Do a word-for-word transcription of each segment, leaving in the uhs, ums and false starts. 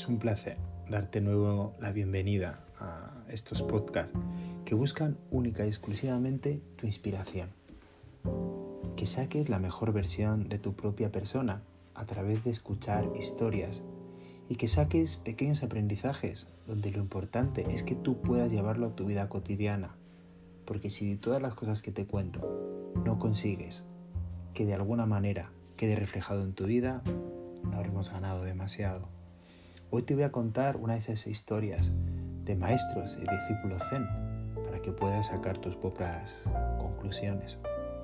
Es un placer darte de nuevo la bienvenida a estos podcasts que buscan única y exclusivamente tu inspiración. Que saques la mejor versión de tu propia persona a través de escuchar historias y que saques pequeños aprendizajes donde lo importante es que tú puedas llevarlo a tu vida cotidiana. Porque si de todas las cosas que te cuento no consigues que de alguna manera quede reflejado en tu vida, no habremos ganado demasiado. Hoy te voy a contar una de esas historias de maestros y discípulos zen para que puedas sacar tus propias conclusiones.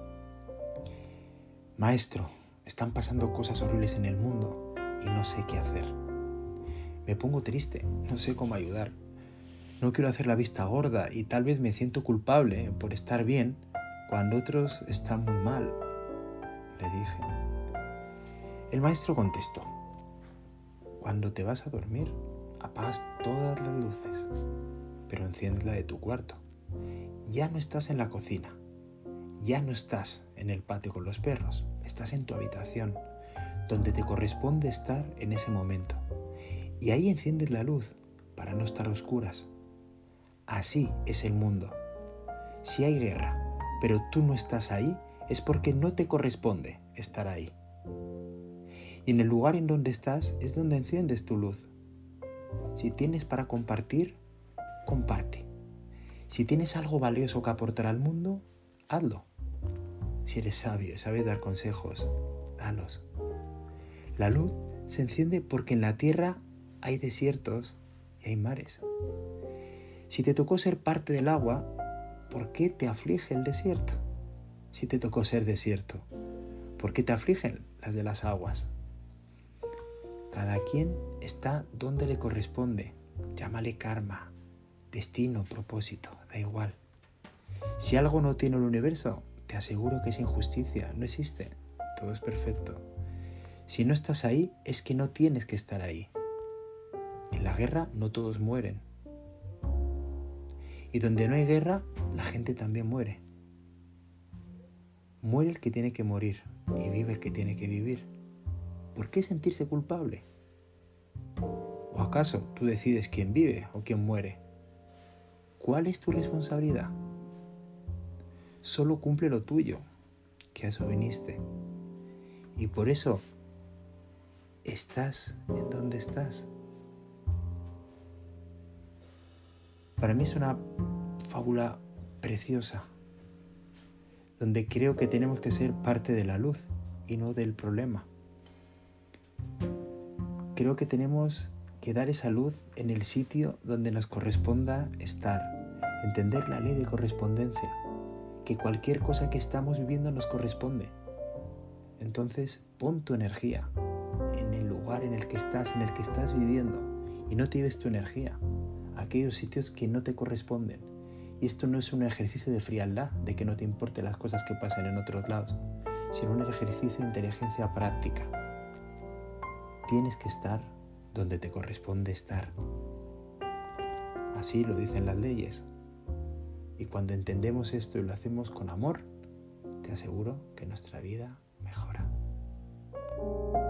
Maestro, están pasando cosas horribles en el mundo y no sé qué hacer. Me pongo triste, no sé cómo ayudar. No quiero hacer la vista gorda y tal vez me siento culpable por estar bien cuando otros están muy mal, le dije. El maestro contestó: cuando te vas a dormir, apagas todas las luces, pero enciendes la de tu cuarto. Ya no estás en la cocina, ya no estás en el patio con los perros, estás en tu habitación, donde te corresponde estar en ese momento. Y ahí enciendes la luz para no estar a oscuras. Así es el mundo. Si hay guerra, pero tú no estás ahí, es porque no te corresponde estar ahí. Y en el lugar en donde estás es donde enciendes tu luz. Si tienes para compartir, comparte. Si tienes algo valioso que aportar al mundo, hazlo. Si eres sabio y sabes dar consejos, dalos. La luz se enciende porque en la tierra hay desiertos y hay mares. Si te tocó ser parte del agua, ¿por qué te aflige el desierto? Si te tocó ser desierto, ¿por qué te afligen las de las aguas? Cada quien está donde le corresponde. Llámale karma, destino, propósito, da igual. Si algo no tiene el universo, te aseguro que es injusticia, no existe. Todo es perfecto. Si no estás ahí, es que no tienes que estar ahí. En la guerra no todos mueren. Y donde no hay guerra, la gente también muere. Muere el que tiene que morir y vive el que tiene que vivir. ¿Por qué sentirse culpable? ¿O acaso tú decides quién vive o quién muere? ¿Cuál es tu responsabilidad? Solo cumple lo tuyo, que a eso viniste. Y por eso estás en donde estás. Para mí es una fábula preciosa, donde creo que tenemos que ser parte de la luz y no del problema. Creo que tenemos que dar esa luz en el sitio donde nos corresponda estar, entender la ley de correspondencia, que cualquier cosa que estamos viviendo nos corresponde. Entonces pon tu energía en el lugar en el que estás, en el que estás viviendo, y no te lleves tu energía a aquellos sitios que no te corresponden. Y esto no es un ejercicio de frialdad, de que no te importen las cosas que pasan en otros lados, sino un ejercicio de inteligencia práctica. Tienes que estar donde te corresponde estar. Así lo dicen las leyes. Y cuando entendemos esto y lo hacemos con amor, te aseguro que nuestra vida mejora.